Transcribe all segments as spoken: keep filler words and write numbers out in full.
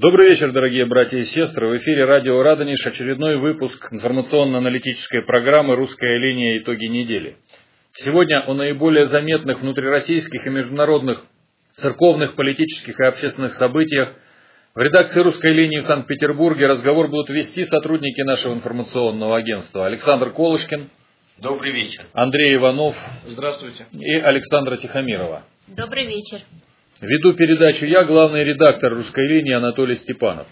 Добрый вечер, дорогие братья и сестры. В эфире радио Радонеж, очередной выпуск информационно-аналитической программы «Русская линия. Итоги недели». Сегодня о наиболее заметных внутрироссийских и международных церковных, политических и общественных событиях в редакции «Русской линии» в Санкт-Петербурге разговор будут вести сотрудники нашего информационного агентства. Александр Колышкин. Добрый вечер. Андрей Иванов. Здравствуйте. И Александра Тихомирова. Добрый вечер. Веду передачу я, главный редактор «Русской линии» Анатолий Степанов.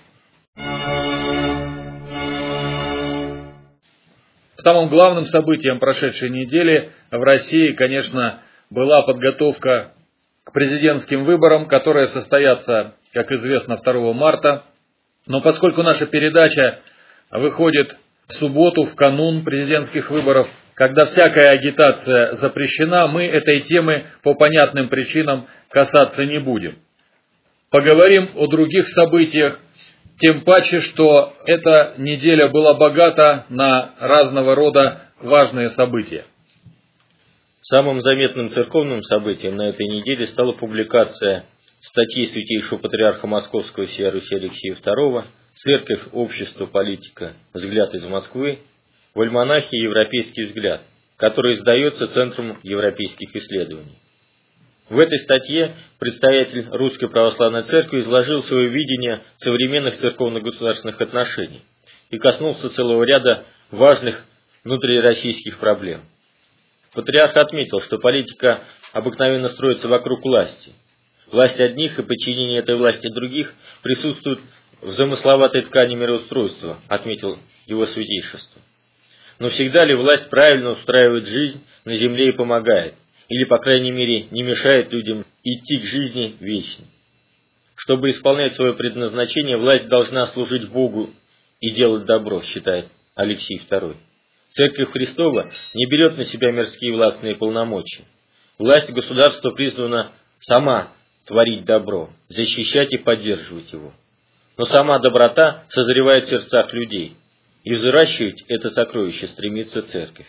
Самым главным событием прошедшей недели в России, конечно, была подготовка к президентским выборам, которые состоятся, как известно, второго марта. Но поскольку наша передача выходит в субботу, в канун президентских выборов, когда всякая агитация запрещена, мы этой темы по понятным причинам касаться не будем. Поговорим о других событиях, тем паче, что эта неделя была богата на разного рода важные события. Самым заметным церковным событием на этой неделе стала публикация статьи святейшего патриарха Московского всея Руси Алексия второго «Церковь, общество, политика. Взгляд из Москвы» в альманахе «Европейский взгляд», который издается Центром европейских исследований. В этой статье предстоятель Русской Православной Церкви изложил свое видение современных церковно-государственных отношений и коснулся целого ряда важных внутрироссийских проблем. Патриарх отметил, что политика обыкновенно строится вокруг власти. Власть одних и подчинение этой власти других присутствуют в замысловатой ткани мироустройства, отметил его святейшество. Но всегда ли власть правильно устраивает жизнь на земле и помогает, или, по крайней мере, не мешает людям идти к жизни вечной? Чтобы исполнять свое предназначение, власть должна служить Богу и делать добро, считает Алексий второй. Церковь Христова не берет на себя мирские властные полномочия. Власть государства призвана сама творить добро, защищать и поддерживать его. Но сама доброта созревает в сердцах людей, и взращивать это сокровище стремится Церковь.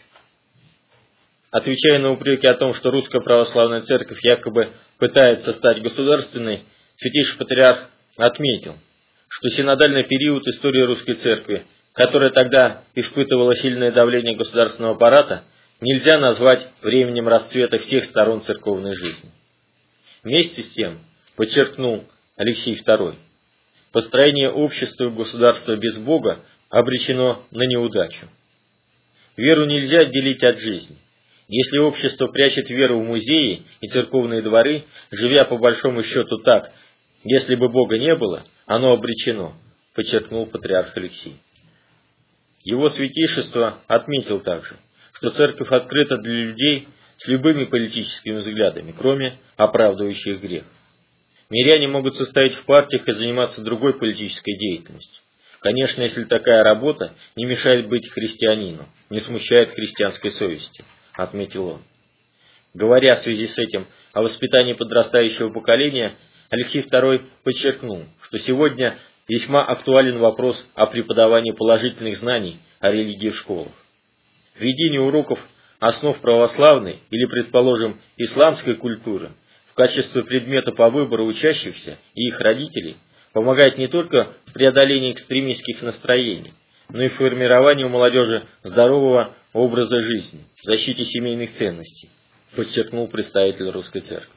Отвечая на упреки о том, что Русская Православная Церковь якобы пытается стать государственной, святейший патриарх отметил, что синодальный период истории Русской Церкви, которая тогда испытывала сильное давление государственного аппарата, нельзя назвать временем расцвета всех сторон церковной жизни. Вместе с тем, подчеркнул Алексий второй, построение общества и государства без Бога обречено на неудачу. Веру нельзя отделить от жизни. Если общество прячет веру в музеи и церковные дворы, живя по большому счету так, если бы Бога не было, оно обречено, подчеркнул патриарх Алексий. Его святейшество отметил также, что церковь открыта для людей с любыми политическими взглядами, кроме оправдывающих грех. Миряне могут состоять в партиях и заниматься другой политической деятельностью. Конечно, если такая работа не мешает быть христианину, не смущает христианской совести, отметил он. Говоря в связи с этим о воспитании подрастающего поколения, Алексий второй подчеркнул, что сегодня весьма актуален вопрос о преподавании положительных знаний о религии в школах. Введение уроков основ православной или, предположим, исламской культуры в качестве предмета по выбору учащихся и их родителей помогает не только в преодолении экстремистских настроений, но и в формировании у молодежи здорового образа жизни, в защите семейных ценностей, подчеркнул представитель Русской Церкви.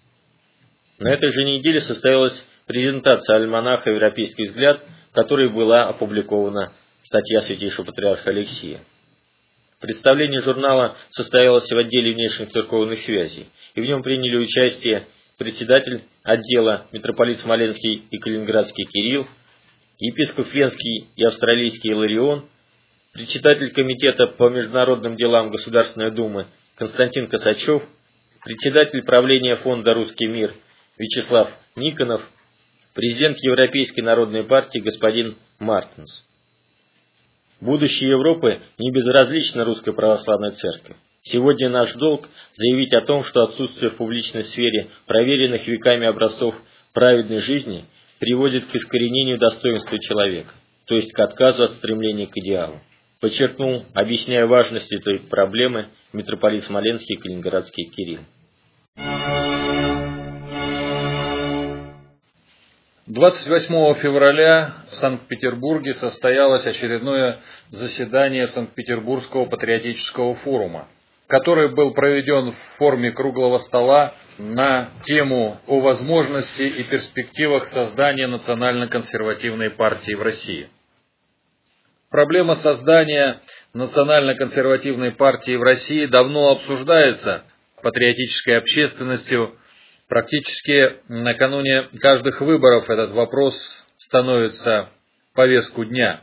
На этой же неделе состоялась презентация альманаха «Европейский взгляд», в которой была опубликована статья святейшего патриарха Алексия. Представление журнала состоялось в отделе внешних церковных связей, и в нем приняли участие председатель отдела митрополит Смоленский и Калининградский Кирилл, епископ Венский и австралийский Иларион, председатель комитета по международным делам Государственной Думы Константин Косачев, председатель правления фонда «Русский мир» Вячеслав Никонов, президент Европейской народной партии господин Мартинс. Будущее Европы не безразлично Русской Православной Церкви. Сегодня наш долг заявить о том, что отсутствие в публичной сфере проверенных веками образцов праведной жизни приводит к искоренению достоинства человека, то есть к отказу от стремления к идеалу, подчеркнул, объясняя важность этой проблемы, митрополит Смоленский и Калининградский Кирилл. двадцать восьмого февраля в Санкт-Петербурге состоялось очередное заседание Санкт-Петербургского патриотического форума, который был проведен в форме круглого стола на тему о возможности и перспективах создания национально-консервативной партии в России. Проблема создания национально-консервативной партии в России давно обсуждается патриотической общественностью. Практически накануне каждых выборов этот вопрос становится в повестку дня.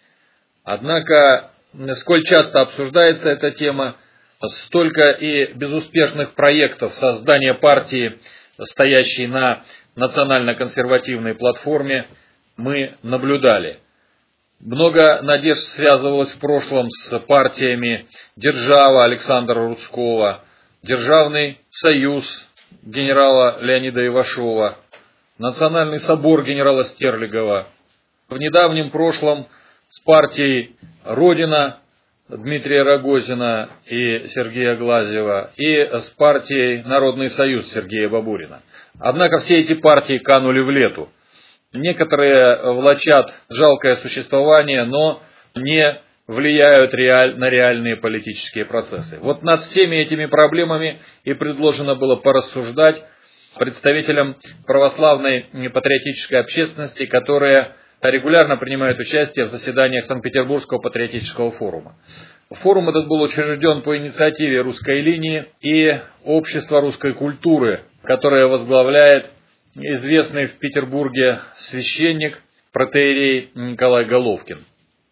Однако, сколь часто обсуждается эта тема, столько и безуспешных проектов создания партии, стоящей на национально-консервативной платформе, мы наблюдали. Много надежд связывалось в прошлом с партиями «Держава» Александра Рудского, «Державный союз» генерала Леонида Ивашова, Национальный собор генерала Стерлигова. В недавнем прошлом с партией «Родина» Дмитрия Рогозина и Сергея Глазьева и с партией «Народный союз» Сергея Бабурина. Однако все эти партии канули в лету. Некоторые влачат жалкое существование, но не влияют реаль, на реальные политические процессы. Вот над всеми этими проблемами и предложено было порассуждать представителям православной патриотической общественности, которые регулярно принимают участие в заседаниях Санкт-Петербургского патриотического форума. Форум этот был учрежден по инициативе «Русской линии» и Общества русской культуры, которое возглавляет известный в Петербурге священник, протоиерей Николай Головкин.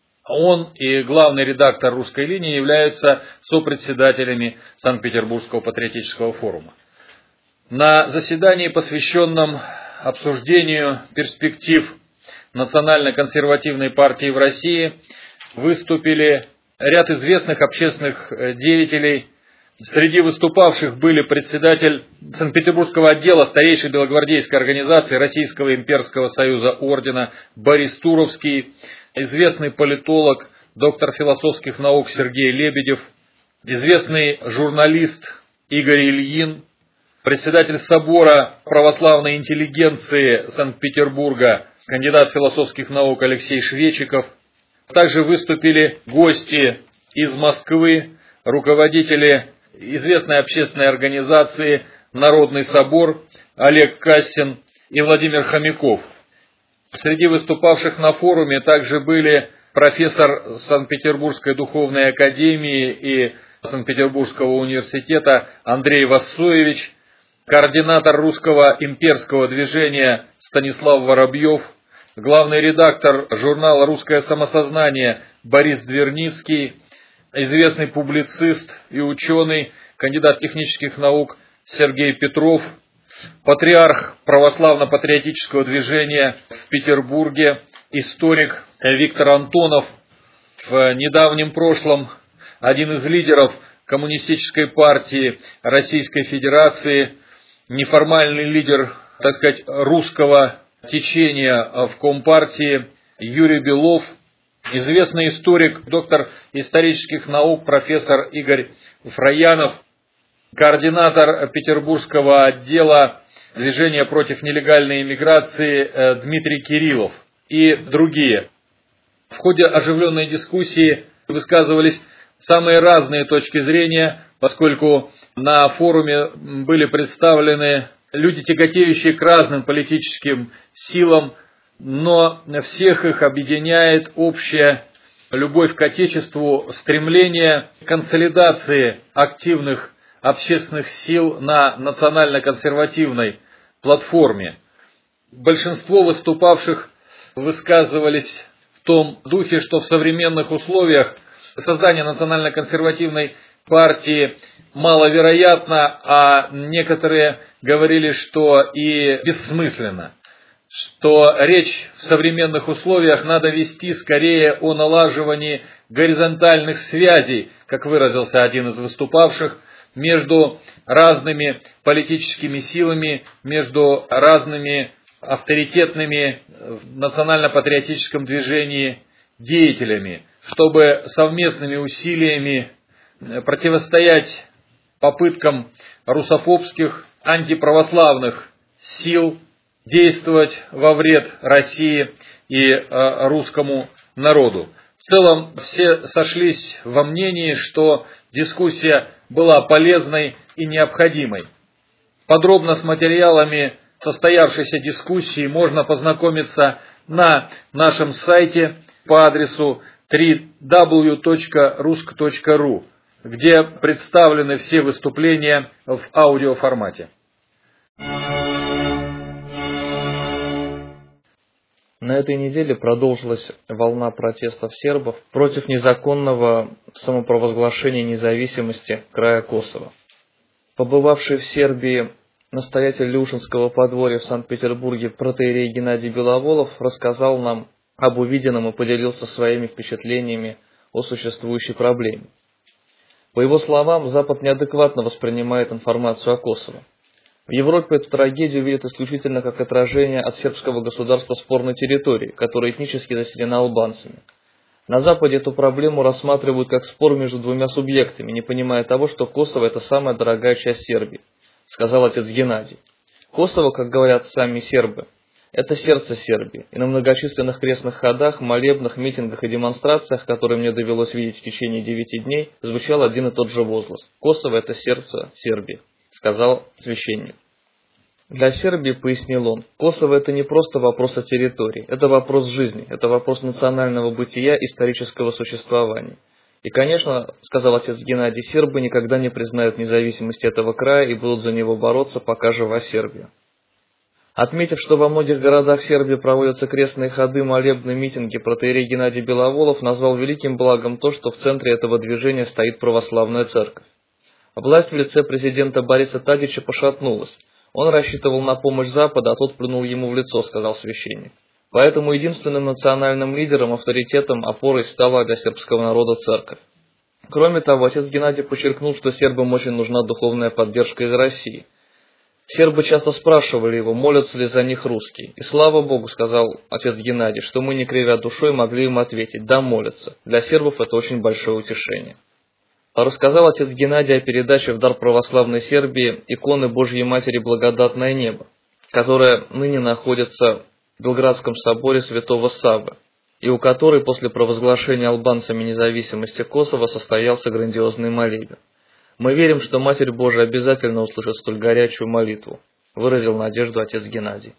Он и главный редактор «Русской линии» являются сопредседателями Санкт-Петербургского патриотического форума. На заседании, посвященном обсуждению перспектив национально-консервативной партии в России, выступили ряд известных общественных деятелей. Среди выступавших были председатель Санкт-Петербургского отдела старейшей белогвардейской организации Российского имперского союза ордена Борис Туровский, известный политолог, доктор философских наук Сергей Лебедев, известный журналист Игорь Ильин, председатель собора православной интеллигенции Санкт-Петербурга, кандидат философских наук Алексей Швечиков. Также выступили гости из Москвы, руководители известной общественной организации «Народный собор» Олег Кассин и Владимир Хомяков. Среди выступавших на форуме также были профессор Санкт-Петербургской духовной академии и Санкт-Петербургского университета Андрей Вассоевич, координатор русского имперского движения Станислав Воробьев, главный редактор журнала «Русское самосознание» Борис Дверницкий, известный публицист и ученый, кандидат технических наук Сергей Петров, патриарх православно-патриотического движения в Петербурге, историк Виктор Антонов, в недавнем прошлом один из лидеров Коммунистической партии Российской Федерации, неформальный лидер, так сказать, русского течения в Компартии Юрий Белов, известный историк, доктор исторических наук, профессор Игорь Фраянов, координатор Петербургского отдела движения против нелегальной иммиграции Дмитрий Кириллов и другие. В ходе оживленной дискуссии высказывались самые разные точки зрения, поскольку на форуме были представлены люди, тяготеющие к разным политическим силам, но всех их объединяет общая любовь к Отечеству, стремление к консолидации активных общественных сил на национально-консервативной платформе. Большинство выступавших высказывались в том духе, что в современных условиях создание национально-консервативной партии маловероятно, а некоторые говорили, что и бессмысленно, что речь в современных условиях надо вести скорее о налаживании горизонтальных связей, как выразился один из выступавших, между разными политическими силами, между разными авторитетными в национально-патриотическом движении деятелями, чтобы совместными усилиями противостоять попыткам русофобских, антиправославных сил действовать во вред России и русскому народу. В целом все сошлись во мнении, что дискуссия была полезной и необходимой. Подробно с материалами состоявшейся дискуссии можно познакомиться на нашем сайте по адресу дабл-ю дабл-ю дабл-ю точка руск точка ру, где представлены все выступления в аудиоформате. На этой неделе продолжилась волна протестов сербов против незаконного самопровозглашения независимости края Косово. Побывавший в Сербии настоятель Люшинского подворья в Санкт-Петербурге протоиерей Геннадий Беловолов рассказал нам об увиденном и поделился своими впечатлениями о существующей проблеме. По его словам, Запад неадекватно воспринимает информацию о Косово. В Европе эту трагедию видят исключительно как отражение от сербского государства спорной территории, которая этнически заселена албанцами. На Западе эту проблему рассматривают как спор между двумя субъектами, не понимая того, что Косово – это самая дорогая часть Сербии, сказал отец Геннадий. Косово, как говорят сами сербы, это сердце Сербии, и на многочисленных крестных ходах, молебнах, митингах и демонстрациях, которые мне довелось видеть в течение девяти дней, звучал один и тот же возглас. Косово – это сердце Сербии, сказал священник. Для Сербии, пояснил он, Косово – это не просто вопрос о территории, это вопрос жизни, это вопрос национального бытия, исторического существования. И, конечно, сказал отец Геннадий, сербы никогда не признают независимость этого края и будут за него бороться, пока жива Сербия. Отметив, что во многих городах Сербии проводятся крестные ходы, молебны, митинги, протоиерей Геннадий Беловолов назвал великим благом то, что в центре этого движения стоит православная церковь. Власть в лице президента Бориса Тадича пошатнулась. Он рассчитывал на помощь Запада, а тот плюнул ему в лицо, сказал священник. Поэтому единственным национальным лидером, авторитетом, опорой стала для сербского народа церковь. Кроме того, отец Геннадий подчеркнул, что сербам очень нужна духовная поддержка из России. Сербы часто спрашивали его, молятся ли за них русские. И слава Богу, сказал отец Геннадий, что мы, не кривя душой, могли им ответить, да, молятся. Для сербов это очень большое утешение. Рассказал отец Геннадий о передаче в дар православной Сербии иконы Божьей Матери Благодатное Небо, которая ныне находится в Белградском соборе святого Саввы, и у которой после провозглашения албанцами независимости Косово состоялся грандиозный молебен. Мы верим, что Матерь Божия обязательно услышит столь горячую молитву, выразил надежду отец Геннадий.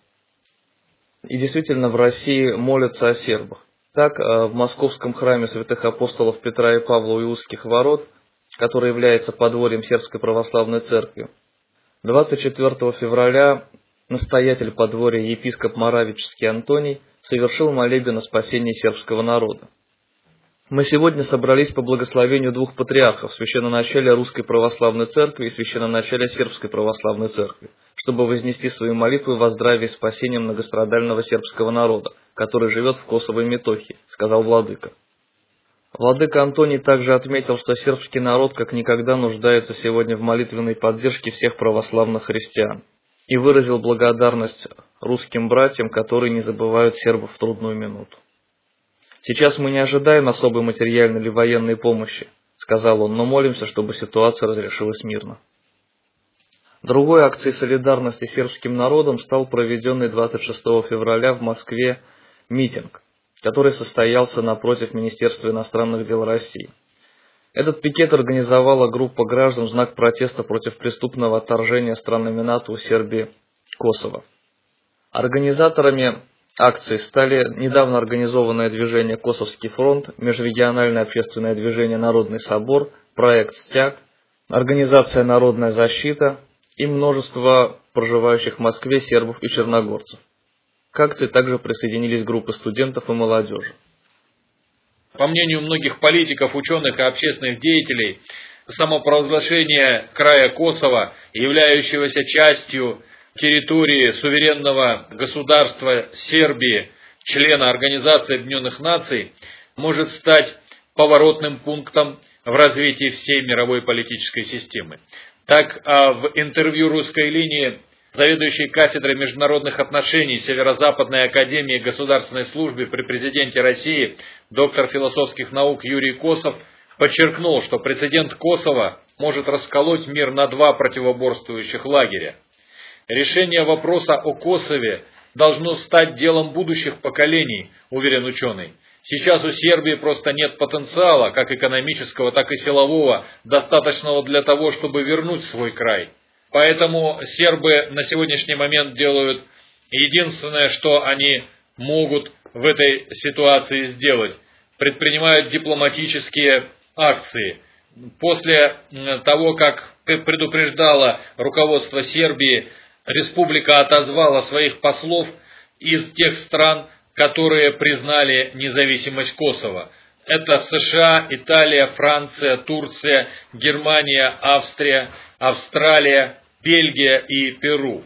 И действительно в России молятся о сербах. Так, в московском храме святых апостолов Петра и Павла у Иудских ворот, который является подворьем Сербской православной церкви, двадцать четвёртого февраля настоятель подворья епископ Моравический Антоний совершил молебен о спасении сербского народа. Мы сегодня собрались по благословению двух патриархов, священноначалия Русской Православной Церкви и священноначалия Сербской Православной Церкви, чтобы вознести свои молитвы во здравие и спасение многострадального сербского народа, который живет в Косово и Метохии, сказал владыка. Владыка Антоний также отметил, что сербский народ как никогда нуждается сегодня в молитвенной поддержке всех православных христиан, и выразил благодарность русским братьям, которые не забывают сербов в трудную минуту. «Сейчас мы не ожидаем особой материальной или военной помощи», — сказал он, — «но молимся, чтобы ситуация разрешилась мирно». Другой акцией солидарности с сербским народом стал проведенный двадцать шестого февраля в Москве митинг, который состоялся напротив Министерства иностранных дел России. Этот пикет организовала группа граждан в знак протеста против преступного отторжения странами НАТО у Сербии Косово. Организаторами акции стали недавно организованное движение «Косовский фронт», межрегиональное общественное движение «Народный собор», проект «Стяг», организация «Народная защита» и множество проживающих в Москве сербов и черногорцев. К акции также присоединились группы студентов и молодежи. По мнению многих политиков, ученых и общественных деятелей, самопровозглашение края Косово, являющегося частью территории суверенного государства Сербии, члена Организации Объединенных Наций, может стать поворотным пунктом в развитии всей мировой политической системы. Так, в интервью «Русской линии» заведующий кафедрой международных отношений Северо-Западной академии государственной службы при президенте России доктор философских наук Юрий Косов подчеркнул, что прецедент Косово может расколоть мир на два противоборствующих лагеря. Решение вопроса о Косове должно стать делом будущих поколений, уверен ученый. Сейчас у Сербии просто нет потенциала, как экономического, так и силового, достаточного для того, чтобы вернуть свой край. Поэтому сербы на сегодняшний момент делают единственное, что они могут в этой ситуации сделать. Предпринимают дипломатические акции. После того, как предупреждало руководство Сербии, республика отозвала своих послов из тех стран, которые признали независимость Косово. Это США, Италия, Франция, Турция, Германия, Австрия, Австралия, Бельгия и Перу.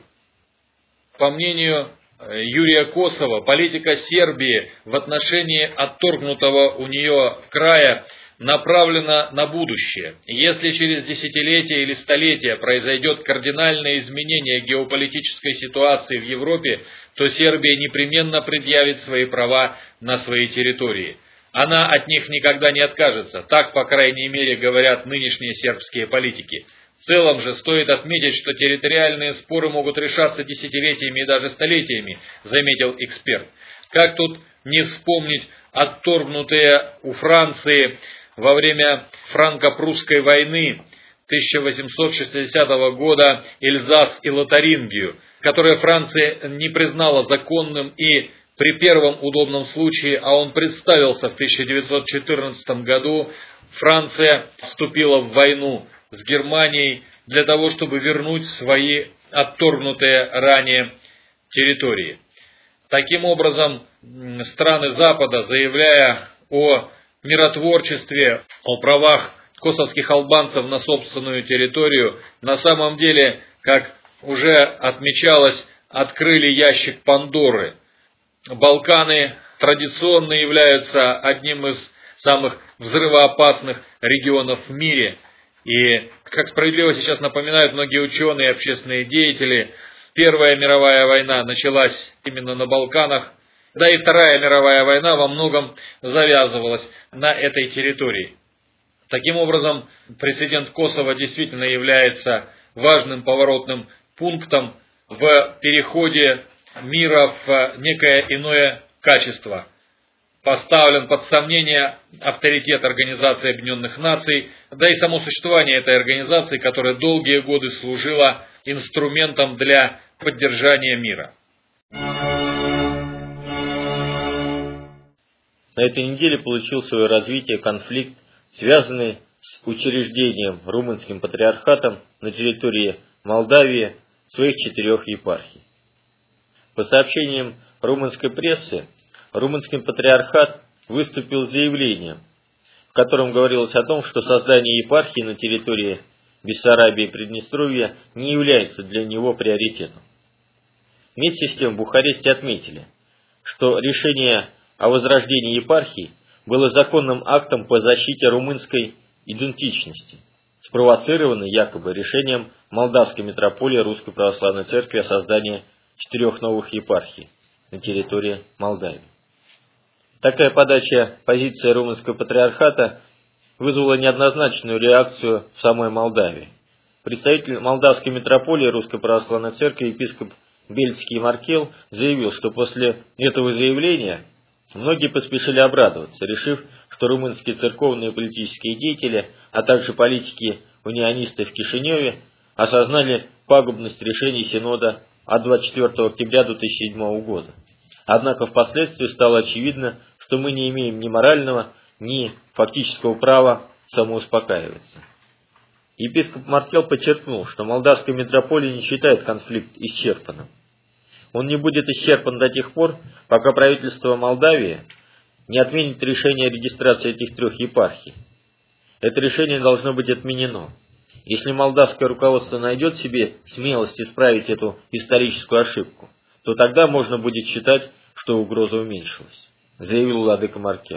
По мнению Юрия Косова, политика Сербии в отношении отторгнутого у нее края направлена на будущее. Если через десятилетия или столетия произойдет кардинальное изменение геополитической ситуации в Европе, то Сербия непременно предъявит свои права на своей территории. Она от них никогда не откажется, так, по крайней мере, говорят нынешние сербские политики. В целом же стоит отметить, что территориальные споры могут решаться десятилетиями и даже столетиями, заметил эксперт. Как тут не вспомнить отторгнутые у Франции во время франко-прусской войны тысяча восемьсот шестидесятого года Эльзас и Лотарингию, которые Франция не признала законным, и при первом удобном случае, а он представился в тысяча девятьсот четырнадцатом году, Франция вступила в войну с Германией для того, чтобы вернуть свои отторгнутые ранее территории. Таким образом, страны Запада, заявляя о миротворчестве, о правах косовских албанцев на собственную территорию, на самом деле, как уже отмечалось, открыли ящик Пандоры. Балканы традиционно являются одним из самых взрывоопасных регионов в мире. И, как справедливо сейчас напоминают многие ученые и общественные деятели, Первая мировая война началась именно на Балканах, да и Вторая мировая война во многом завязывалась на этой территории. Таким образом, прецедент Косово действительно является важным поворотным пунктом в переходе мира в некое иное качество. Поставлен под сомнение авторитет Организации Объединенных Наций, да и само существование этой организации, которая долгие годы служила инструментом для поддержания мира. На этой неделе получил свое развитие конфликт, связанный с учреждением румынским патриархатом на территории Молдавии своих четырех епархий. По сообщениям румынской прессы, румынский патриархат выступил с заявлением, в котором говорилось о том, что создание епархии на территории Бессарабии и Приднестровья не является для него приоритетом. Вместе с тем в Бухаресте отметили, что решение о возрождении епархии было законным актом по защите румынской идентичности, спровоцированной якобы решением Молдавской митрополии Русской Православной Церкви о создании четырех новых епархий на территории Молдавии. Такая подача позиции румынского патриархата вызвала неоднозначную реакцию в самой Молдавии. Представитель Молдавской митрополии Русской Православной Церкви епископ Бельский Маркел заявил, что после этого заявления многие поспешили обрадоваться, решив, что румынские церковные и политические деятели, а также политики-унионисты в Кишиневе осознали пагубность решений Синода от двадцать четвёртого октября две тысячи седьмого года. Однако впоследствии стало очевидно, что мы не имеем ни морального, ни фактического права самоуспокаиваться. Епископ Маркел подчеркнул, что молдавская митрополия не считает конфликт исчерпанным. Он не будет исчерпан до тех пор, пока правительство Молдавии не отменит решение о регистрации этих трех епархий. Это решение должно быть отменено. Если молдавское руководство найдет в себе смелость исправить эту историческую ошибку, то тогда можно будет считать, что угроза уменьшилась, заявил владыка Маркел.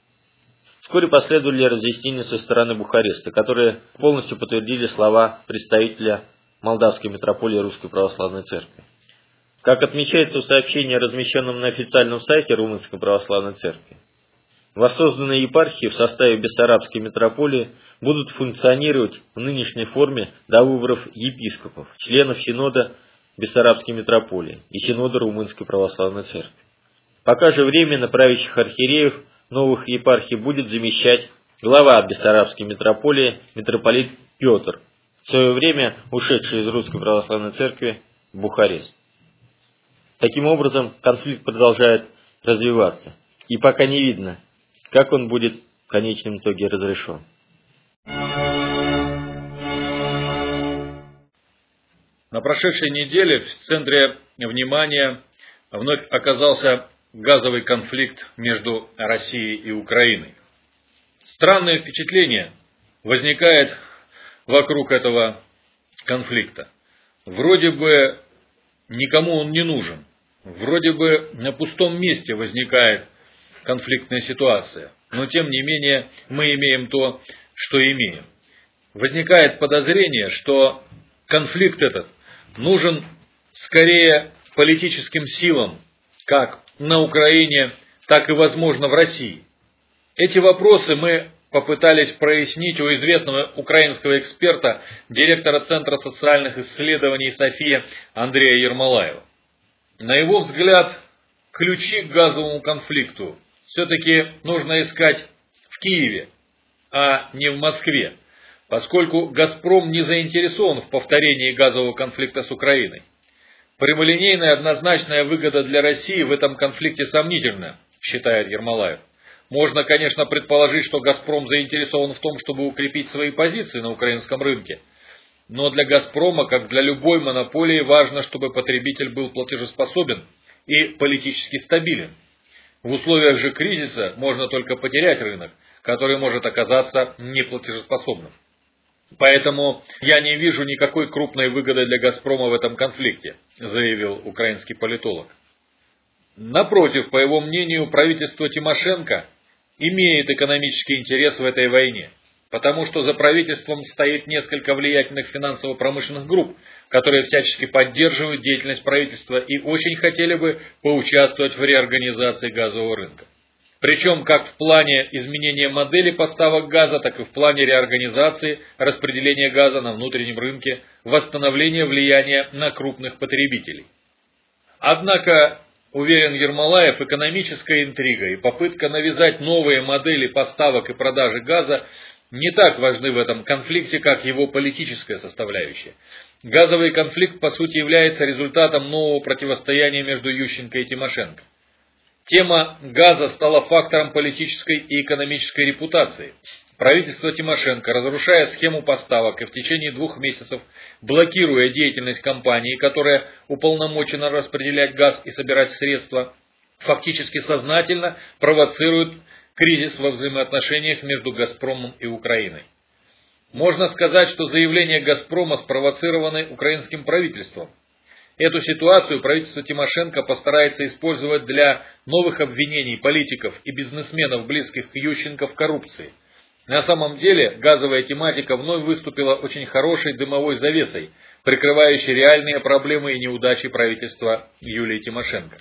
Вскоре последовали разъяснения со стороны Бухареста, которые полностью подтвердили слова представителя Молдавской митрополии Русской Православной Церкви. Как отмечается в сообщении, размещенном на официальном сайте Румынской Православной Церкви, воссозданные епархии в составе Бессарабской митрополии будут функционировать в нынешней форме до выборов епископов, членов Синода Бессарабской митрополии и Синода Румынской Православной Церкви. Пока же временно правящих архиереев новых епархий будет замещать глава Бессарабской митрополии митрополит Петр, в свое время ушедший из Русской Православной Церкви в Бухарест. Таким образом, конфликт продолжает развиваться, и пока не видно, как он будет в конечном итоге разрешен. На прошедшей неделе в центре внимания вновь оказался газовый конфликт между Россией и Украиной. Странное впечатление возникает вокруг этого конфликта. Вроде бы никому он не нужен. Вроде бы на пустом месте возникает конфликтная ситуация. Но тем не менее мы имеем то, что имеем. Возникает подозрение, что конфликт этот нужен скорее политическим силам, как на Украине, так и, возможно, в России. Эти вопросы мы попытались прояснить у известного украинского эксперта, директора Центра социальных исследований «София» Андрея Ермолаева. На его взгляд, ключи к газовому конфликту все-таки нужно искать в Киеве, а не в Москве, поскольку «Газпром» не заинтересован в повторении газового конфликта с Украиной. Прямолинейная однозначная выгода для России в этом конфликте сомнительна, считает Ермолаев. Можно, конечно, предположить, что «Газпром» заинтересован в том, чтобы укрепить свои позиции на украинском рынке. Но для «Газпрома», как для любой монополии, важно, чтобы потребитель был платежеспособен и политически стабилен. В условиях же кризиса можно только потерять рынок, который может оказаться неплатежеспособным. Поэтому я не вижу никакой крупной выгоды для «Газпрома» в этом конфликте, заявил украинский политолог. Напротив, по его мнению, правительство Тимошенко имеет экономический интерес в этой войне, потому что за правительством стоит несколько влиятельных финансово-промышленных групп, которые всячески поддерживают деятельность правительства и очень хотели бы поучаствовать в реорганизации газового рынка. Причем как в плане изменения модели поставок газа, так и в плане реорганизации распределения газа на внутреннем рынке, восстановления влияния на крупных потребителей. Однако, уверен Ермолаев, экономическая интрига и попытка навязать новые модели поставок и продажи газа не так важны в этом конфликте, как его политическая составляющая. Газовый конфликт, по сути, является результатом нового противостояния между Ющенко и Тимошенко. Тема газа стала фактором политической и экономической репутации. Правительство Тимошенко, разрушая схему поставок и в течение двух месяцев блокируя деятельность компании, которая уполномочена распределять газ и собирать средства, фактически сознательно провоцирует кризис во взаимоотношениях между «Газпромом» и Украиной. Можно сказать, что заявления «Газпрома» спровоцированы украинским правительством. Эту ситуацию правительство Тимошенко постарается использовать для новых обвинений политиков и бизнесменов, близких к Ющенко, в коррупции. На самом деле газовая тематика вновь выступила очень хорошей дымовой завесой, прикрывающей реальные проблемы и неудачи правительства Юлии Тимошенко.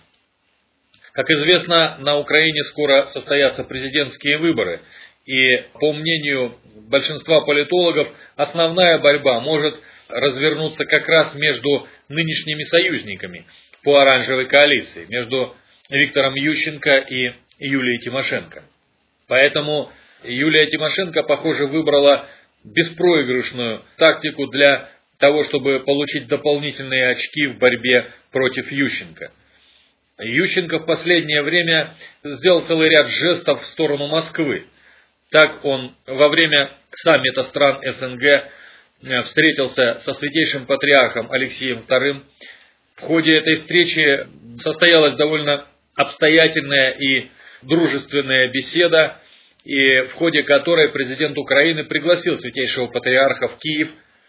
Как известно, на Украине скоро состоятся президентские выборы, и, по мнению большинства политологов, основная борьба может развернуться как раз между нынешними союзниками по оранжевой коалиции, между Виктором Ющенко и Юлией Тимошенко. Поэтому Юлия Тимошенко, похоже, выбрала беспроигрышную тактику для того, чтобы получить дополнительные очки в борьбе против Ющенко. Ющенко в последнее время сделал целый ряд жестов в сторону Москвы. Так он во время саммита стран СНГ встретился со святейшим патриархом Алексеем вторым. В ходе этой встречи состоялась довольно обстоятельная и дружественная беседа, и в ходе которой президент Украины пригласил святейшего патриарха в Киев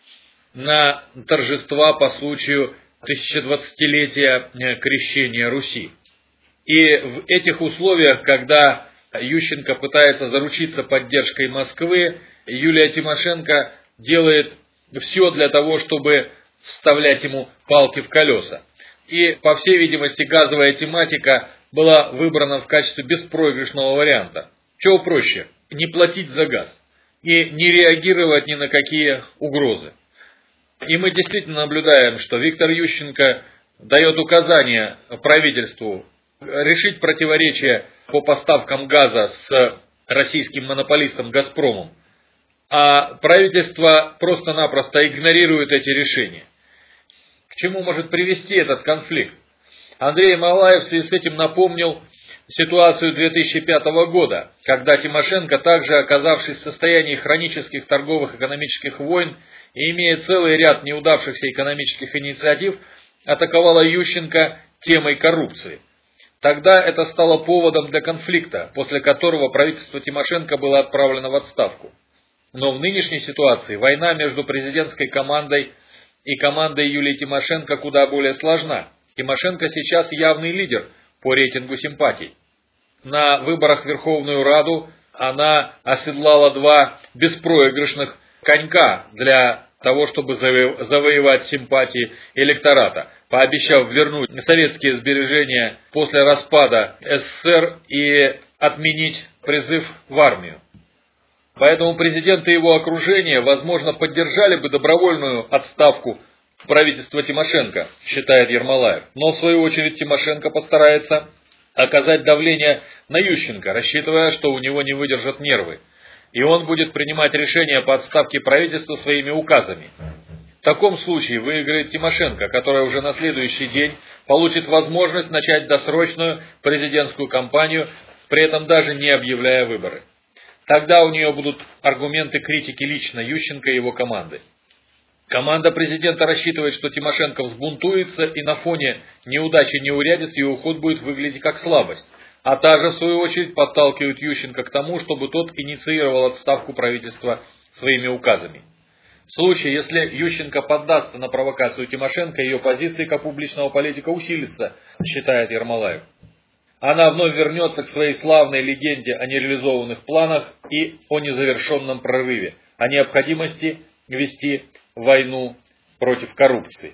на торжества по случаю тысячедвадцатилетия крещения Руси. И в этих условиях, когда Ющенко пытается заручиться поддержкой Москвы, Юлия Тимошенко делает все для того, чтобы вставлять ему палки в колеса. И, по всей видимости, газовая тематика была выбрана в качестве беспроигрышного варианта. Чего проще? Не платить за газ и не реагировать ни на какие угрозы. И мы действительно наблюдаем, что Виктор Ющенко дает указания правительству решить противоречия по поставкам газа с российским монополистом «Газпромом», а правительство просто-напросто игнорирует эти решения. К чему может привести этот конфликт? Андрей Ермолаев в связи с этим напомнил ситуацию две тысячи пятого года, когда Тимошенко, также оказавшись в состоянии хронических торговых экономических войн и имея целый ряд неудавшихся экономических инициатив, атаковала Ющенко темой коррупции. Тогда это стало поводом для конфликта, после которого правительство Тимошенко было отправлено в отставку. Но в нынешней ситуации война между президентской командой и командой Юлии Тимошенко куда более сложна. Тимошенко сейчас явный лидер по рейтингу симпатий. На выборах в Верховную Раду она оседлала два беспроигрышных конька для того, чтобы завоевать симпатии электората, пообещав вернуть советские сбережения после распада СССР и отменить призыв в армию. Поэтому президент и его окружение, возможно, поддержали бы добровольную отставку правительства Тимошенко, считает Ермолаев. Но в свою очередь Тимошенко постарается оказать давление на Ющенко, рассчитывая, что у него не выдержат нервы. И он будет принимать решения по отставке правительства своими указами. В таком случае выиграет Тимошенко, которая уже на следующий день получит возможность начать досрочную президентскую кампанию, при этом даже не объявляя выборы. Тогда у нее будут аргументы критики лично Ющенко и его команды. Команда президента рассчитывает, что Тимошенко взбунтуется, и на фоне неудачи и неурядиц ее уход будет выглядеть как слабость. А та же, в свою очередь, подталкивает Ющенко к тому, чтобы тот инициировал отставку правительства своими указами. В случае, если Ющенко поддастся на провокацию Тимошенко, ее позиции как публичного политика усилится, считает Ермолаев. Она вновь вернется к своей славной легенде о нереализованных планах и о незавершенном прорыве, о необходимости вести войну против коррупции.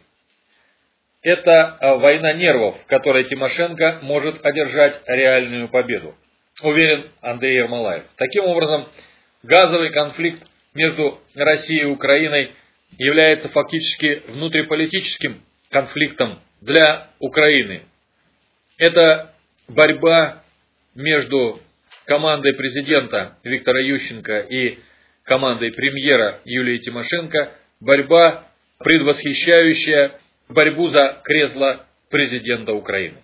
Это война нервов, в которой Тимошенко может одержать реальную победу, уверен Андрей Ермолаев. Таким образом, газовый конфликт между Россией и Украиной является фактически внутриполитическим конфликтом для Украины. Это борьба между командой президента Виктора Ющенко и командой премьера Юлии Тимошенко, борьба, предвосхищающая борьбу за кресло президента Украины.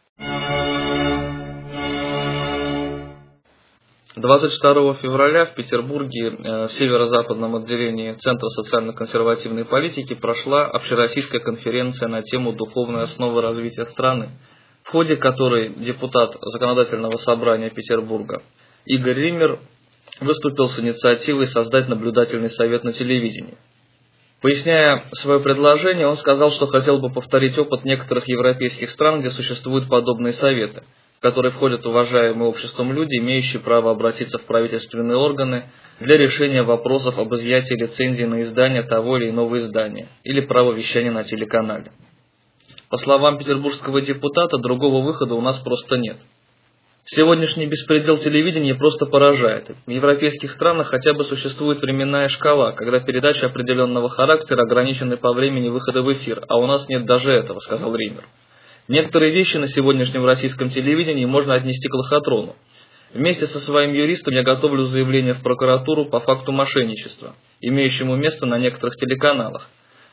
двадцать второго февраля в Петербурге в северо-западном отделении Центра социально-консервативной политики прошла общероссийская конференция на тему «Духовные основы развития страны», в ходе которой депутат Законодательного собрания Петербурга Игорь Риммер выступил с инициативой создать наблюдательный совет на телевидении. Поясняя свое предложение, он сказал, что хотел бы повторить опыт некоторых европейских стран, где существуют подобные советы, в которые входят уважаемые обществом люди, имеющие право обратиться в правительственные органы для решения вопросов об изъятии лицензии на издание того или иного издания или право вещания на телеканале. По словам петербургского депутата, другого выхода у нас просто нет. Сегодняшний беспредел телевидения просто поражает. В европейских странах хотя бы существует временная шкала, когда передачи определенного характера ограничены по времени выхода в эфир, а у нас нет даже этого, сказал Риммер. Некоторые вещи на сегодняшнем российском телевидении можно отнести к лохотрону. Вместе со своим юристом я готовлю заявление в прокуратуру по факту мошенничества, имеющему место на некоторых телеканалах.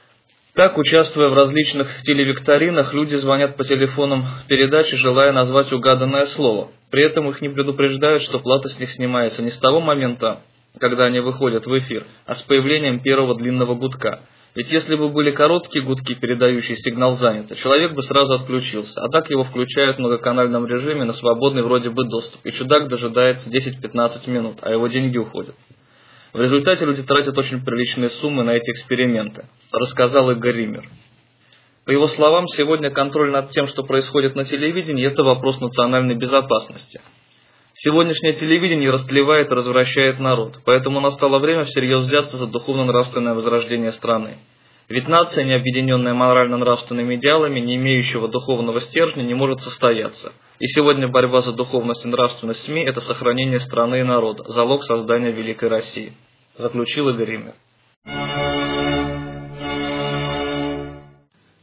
Так, участвуя в различных телевикторинах, люди звонят по телефонам передачи, желая назвать угаданное слово. При этом их не предупреждают, что плата с них снимается не с того момента, когда они выходят в эфир, а с появлением первого длинного гудка. Ведь если бы были короткие гудки, передающие сигнал занято, человек бы сразу отключился, а так его включают в многоканальном режиме на свободный вроде бы доступ, и чудак дожидается десять-пятнадцать минут, а его деньги уходят. В результате люди тратят очень приличные суммы на эти эксперименты, рассказал Игорь Риммер. По его словам, сегодня контроль над тем, что происходит на телевидении, это вопрос национальной безопасности. Сегодняшнее телевидение растлевает и развращает народ, поэтому настало время всерьез взяться за духовно-нравственное возрождение страны. Ведь нация, не объединенная морально-нравственными идеалами, не имеющего духовного стержня, не может состояться. И сегодня борьба за духовность и нравственность СМИ – это сохранение страны и народа, залог создания великой России, заключил Игорь Риммер.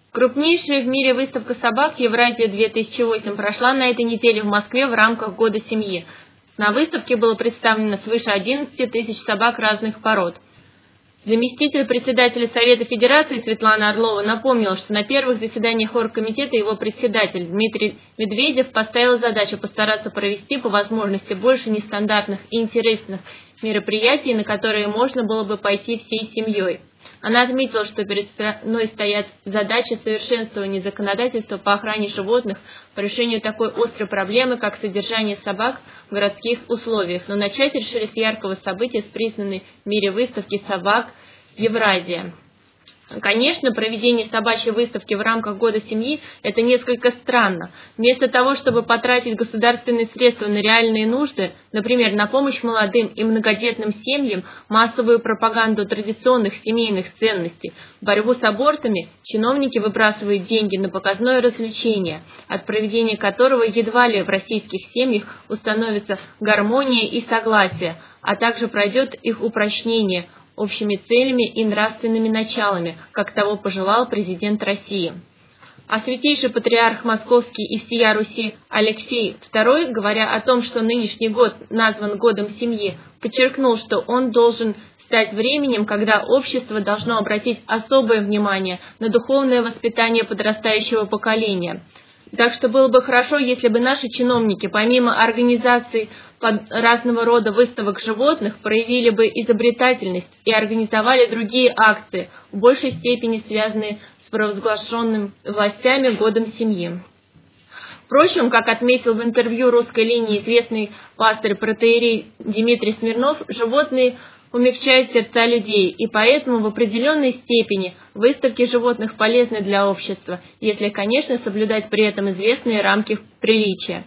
Крупнейшая в мире выставка собак Евразия две тысячи восемь прошла на этой неделе в Москве в рамках Года семьи. На выставке было представлено свыше одиннадцати тысяч собак разных пород. Заместитель председателя Совета Федерации Светлана Орлова напомнила, что на первых заседаниях оргкомитета его председатель Дмитрий Медведев поставил задачу постараться провести по возможности больше нестандартных и интересных мероприятий, на которые можно было бы пойти всей семьей. Она отметила, что перед страной стоят задачи совершенствования законодательства по охране животных по решению такой острой проблемы, как содержание собак в городских условиях. Но начать решили с яркого события, с признанной в мире выставки собак Евразия. Конечно, проведение собачьей выставки в рамках Года семьи – это несколько странно. Вместо того, чтобы потратить государственные средства на реальные нужды, например, на помощь молодым и многодетным семьям, массовую пропаганду традиционных семейных ценностей, борьбу с абортами, чиновники выбрасывают деньги на показное развлечение, от проведения которого едва ли в российских семьях установится гармония и согласие, а также пройдет их упрочнение – общими целями и нравственными началами, как того пожелал президент России. А святейший патриарх Московский и всея Руси Алексей второй, говоря о том, что нынешний год назван годом семьи, подчеркнул, что он должен стать временем, когда общество должно обратить особое внимание на духовное воспитание подрастающего поколения. Так что было бы хорошо, если бы наши чиновники, помимо организации разного рода выставок животных, проявили бы изобретательность и организовали другие акции, в большей степени связанные с провозглашенным властями Годом семьи. Впрочем, как отметил в интервью «Русской линии» известный пастырь-протоиерей Дмитрий Смирнов, животные умягчают сердца людей, и поэтому в определенной степени выставки животных полезны для общества, если, конечно, соблюдать при этом известные рамки приличия.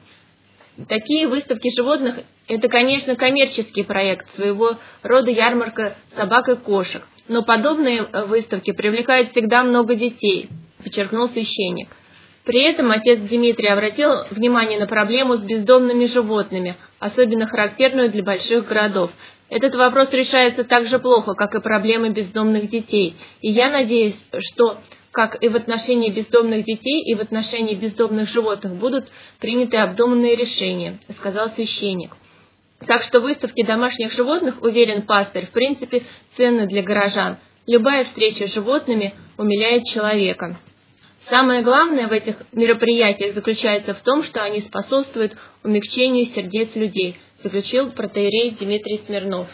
Такие выставки животных – это, конечно, коммерческий проект, своего рода ярмарка собак и кошек, но подобные выставки привлекают всегда много детей, подчеркнул священник. При этом отец Дмитрий обратил внимание на проблему с бездомными животными, особенно характерную для больших городов. Этот вопрос решается так же плохо, как и проблемы бездомных детей, и я надеюсь, что, как и в отношении бездомных детей, и в отношении бездомных животных будут приняты обдуманные решения, сказал священник. Так что выставки домашних животных, уверен пастырь, в принципе ценны для горожан. Любая встреча с животными умиляет человека. Самое главное в этих мероприятиях заключается в том, что они способствуют умягчению сердец людей, заключил протоиерей Дмитрий Смирнов.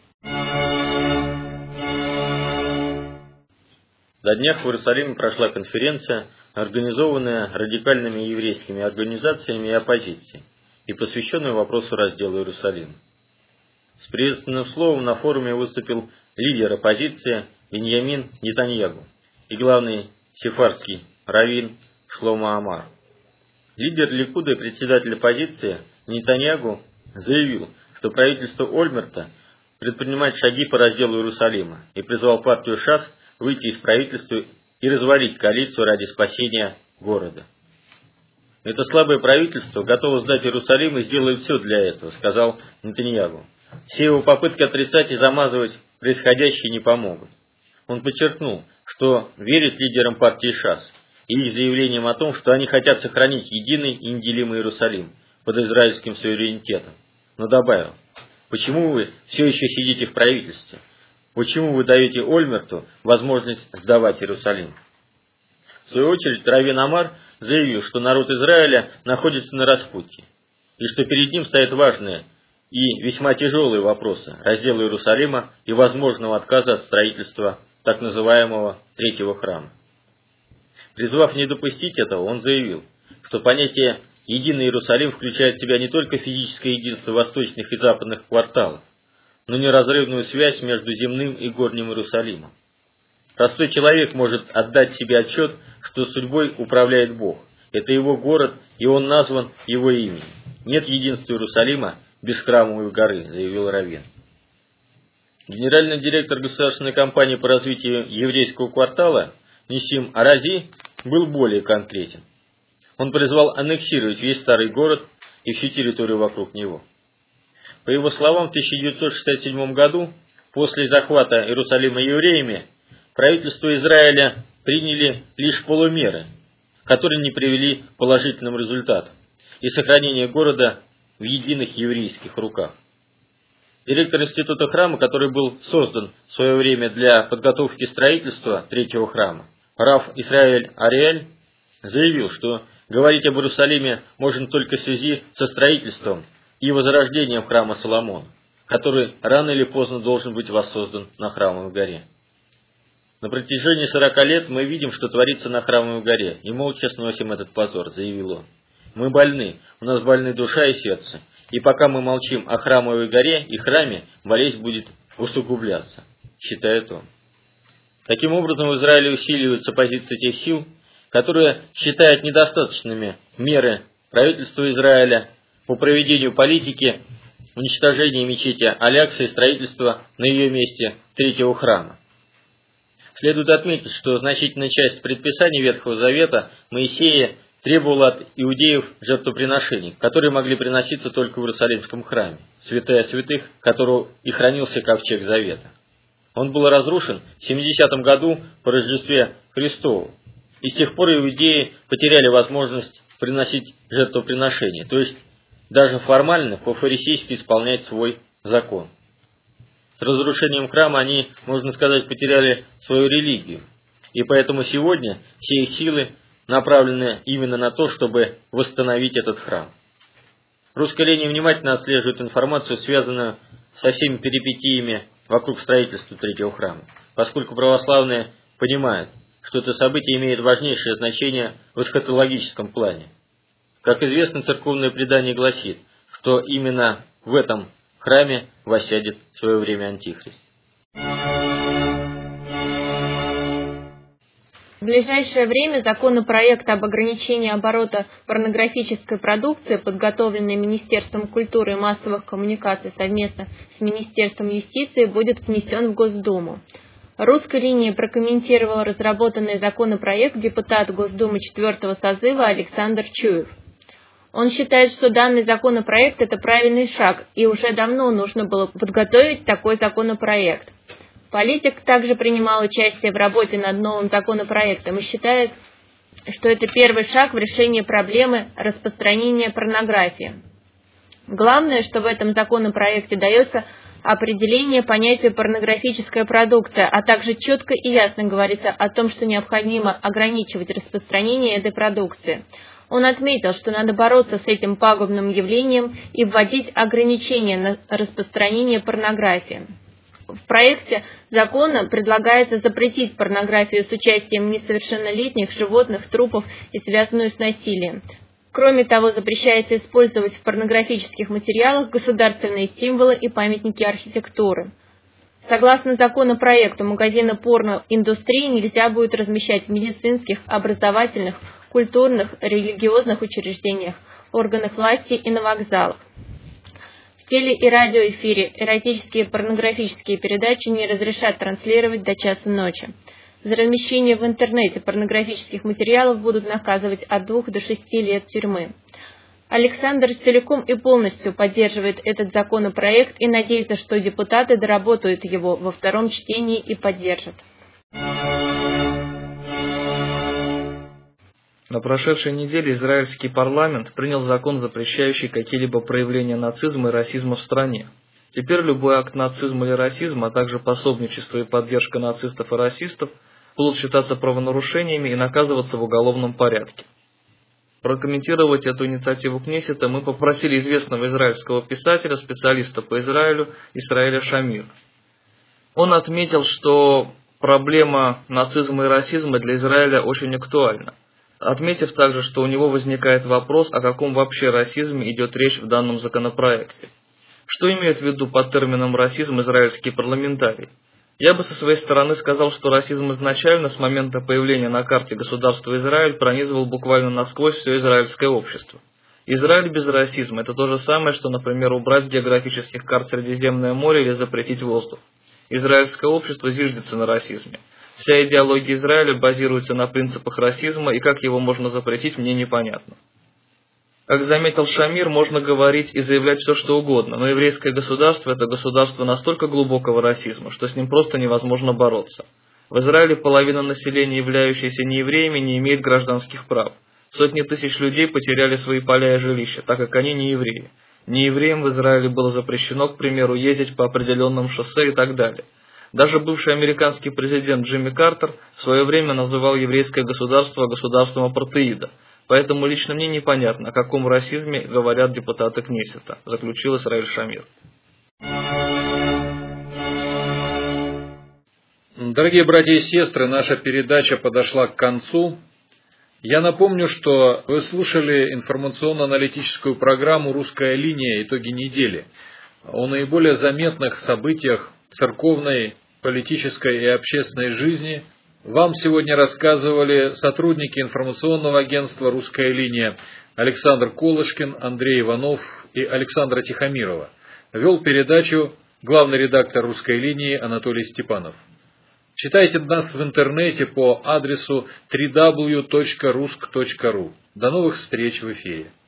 На днях в Иерусалиме прошла конференция, организованная радикальными еврейскими организациями и оппозицией, и посвященная вопросу раздела Иерусалима. С приветственным словом на форуме выступил лидер оппозиции Биньямин Нетаньяху и главный сефардский раввин Шломо Амар. Лидер Ликуда и председатель оппозиции Нетаньяху заявил, что правительство Ольмерта предпринимает шаги по разделу Иерусалима и призвал партию ШАС выйти из правительства и развалить коалицию ради спасения города. Это слабое правительство готово сдать Иерусалим и сделает все для этого, сказал Нетаньяху. Все его попытки отрицать и замазывать происходящее не помогут. Он подчеркнул, что верит лидерам партии ШАС и их заявлениям о том, что они хотят сохранить единый и неделимый Иерусалим под израильским суверенитетом. Но добавил, почему вы все еще сидите в правительстве? Почему вы даете Ольмерту возможность сдавать Иерусалим? В свою очередь, раввин Амар заявил, что народ Израиля находится на распутье, и что перед ним стоят важные и весьма тяжелые вопросы раздела Иерусалима и возможного отказа от строительства так называемого Третьего храма. Призвав не допустить этого, он заявил, что понятие «Единый Иерусалим» включает в себя не только физическое единство восточных и западных кварталов, но неразрывную связь между земным и горним Иерусалимом. Простой человек может отдать себе отчет, что судьбой управляет Бог. Это его город, и он назван его именем. Нет единства Иерусалима без храмовой горы, заявил раввин. Генеральный директор государственной компании по развитию еврейского квартала Нисим Арази был более конкретен. Он призвал аннексировать весь старый город и всю территорию вокруг него. По его словам, в тысяча девятьсот шестьдесят седьмом году, после захвата Иерусалима евреями, правительство Израиля приняли лишь полумеры, которые не привели к положительным результатам и сохранение города в единых еврейских руках. Директор института храма, который был создан в свое время для подготовки строительства третьего храма, Рав Исраэль Ариэль, заявил, что говорить об Иерусалиме можно только в связи со строительством и возрождением храма Соломона, который рано или поздно должен быть воссоздан на Храмовой горе. На протяжении сорока лет мы видим, что творится на Храмовой горе, и молча сносим этот позор, заявил он. Мы больны, у нас больны душа и сердце, и пока мы молчим о Храмовой горе и храме, болезнь будет усугубляться, считает он. Таким образом, в Израиле усиливается позиция тех сил, которые считают недостаточными меры правительства Израиля по проведению политики уничтожения мечети Алякса и строительства на ее месте третьего храма. Следует отметить, что значительная часть предписаний Ветхого Завета Моисея требовала от иудеев жертвоприношений, которые могли приноситься только в Иерусалимском храме, святая святых, которого и хранился ковчег Завета. Он был разрушен в семидесятом году по Рождестве Христову, и с тех пор иудеи потеряли возможность приносить жертвоприношения, то есть даже формально по-фарисейски исполнять свой закон. С разрушением храма они, можно сказать, потеряли свою религию, и поэтому сегодня все их силы направлены именно на то, чтобы восстановить этот храм. Русская линия внимательно отслеживает информацию, связанную со всеми перипетиями вокруг строительства третьего храма, поскольку православные понимают, что это событие имеет важнейшее значение в эсхатологическом плане. Как известно, церковное предание гласит, что именно в этом храме воссядет в свое время Антихрист. В ближайшее время законопроект об ограничении оборота порнографической продукции, подготовленный Министерством культуры и массовых коммуникаций совместно с Министерством юстиции, будет внесен в Госдуму. Русская линия прокомментировала разработанный законопроект депутат Госдумы четвертого созыва Александр Чуев. Он считает, что данный законопроект – это правильный шаг, и уже давно нужно было подготовить такой законопроект. Политик также принимал участие в работе над новым законопроектом и считает, что это первый шаг в решении проблемы распространения порнографии. Главное, что в этом законопроекте дается определение понятия порнографическая продукция, а также четко и ясно говорится о том, что необходимо ограничивать распространение этой продукции. Он отметил, что надо бороться с этим пагубным явлением и вводить ограничения на распространение порнографии. В проекте закона предлагается запретить порнографию с участием несовершеннолетних, животных, трупов и связанную с насилием. Кроме того, запрещается использовать в порнографических материалах государственные символы и памятники архитектуры. Согласно законопроекту, магазины порноиндустрии нельзя будет размещать в медицинских, образовательных, культурных, религиозных учреждениях, органах власти и на вокзалах. В теле- и радиоэфире эротические и порнографические передачи не разрешат транслировать до часу ночи. За размещение в интернете порнографических материалов будут наказывать от двух до шести лет тюрьмы. Александр целиком и полностью поддерживает этот законопроект и надеется, что депутаты доработают его во втором чтении и поддержат. На прошедшей неделе израильский парламент принял закон, запрещающий какие-либо проявления нацизма и расизма в стране. Теперь любой акт нацизма или расизма, а также пособничество и поддержка нацистов и расистов будут считаться правонарушениями и наказываться в уголовном порядке. Прокомментировать эту инициативу Кнессета мы попросили известного израильского писателя, специалиста по Израилю Исраэля Шамира. Он отметил, что проблема нацизма и расизма для Израиля очень актуальна, отметив также, что у него возникает вопрос, о каком вообще расизме идет речь в данном законопроекте. Что имеют в виду под термином «расизм» израильские парламентарии? Я бы со своей стороны сказал, что расизм изначально, с момента появления на карте государства Израиль, пронизывал буквально насквозь все израильское общество. Израиль без расизма – это то же самое, что, например, убрать с географических карт Средиземное море или запретить воздух. Израильское общество зиждется на расизме. Вся идеология Израиля базируется на принципах расизма, и как его можно запретить, мне непонятно. Как заметил Шамир, можно говорить и заявлять все, что угодно, но еврейское государство – это государство настолько глубокого расизма, что с ним просто невозможно бороться. В Израиле половина населения, являющаяся неевреями, не имеет гражданских прав. Сотни тысяч людей потеряли свои поля и жилища, так как они не евреи. Неевреям в Израиле было запрещено, к примеру, ездить по определенным шоссе и так далее. Даже бывший американский президент Джимми Картер в свое время называл еврейское государство государством апартеида. Поэтому лично мне непонятно, о каком расизме говорят депутаты Кнессета, заключил Исраэль Шамир. Дорогие братья и сестры, наша передача подошла к концу. Я напомню, что вы слушали информационно-аналитическую программу «Русская линия. Итоги недели» о наиболее заметных событиях церковной, политической и общественной жизни. Вам сегодня рассказывали сотрудники информационного агентства «Русская линия» Александр Колышкин, Андрей Иванов и Александра Тихомирова. Вел передачу главный редактор «Русской линии» Анатолий Степанов. Читайте нас в интернете по адресу дабл ю дабл ю дабл ю точка руsk точка ру. До новых встреч в эфире.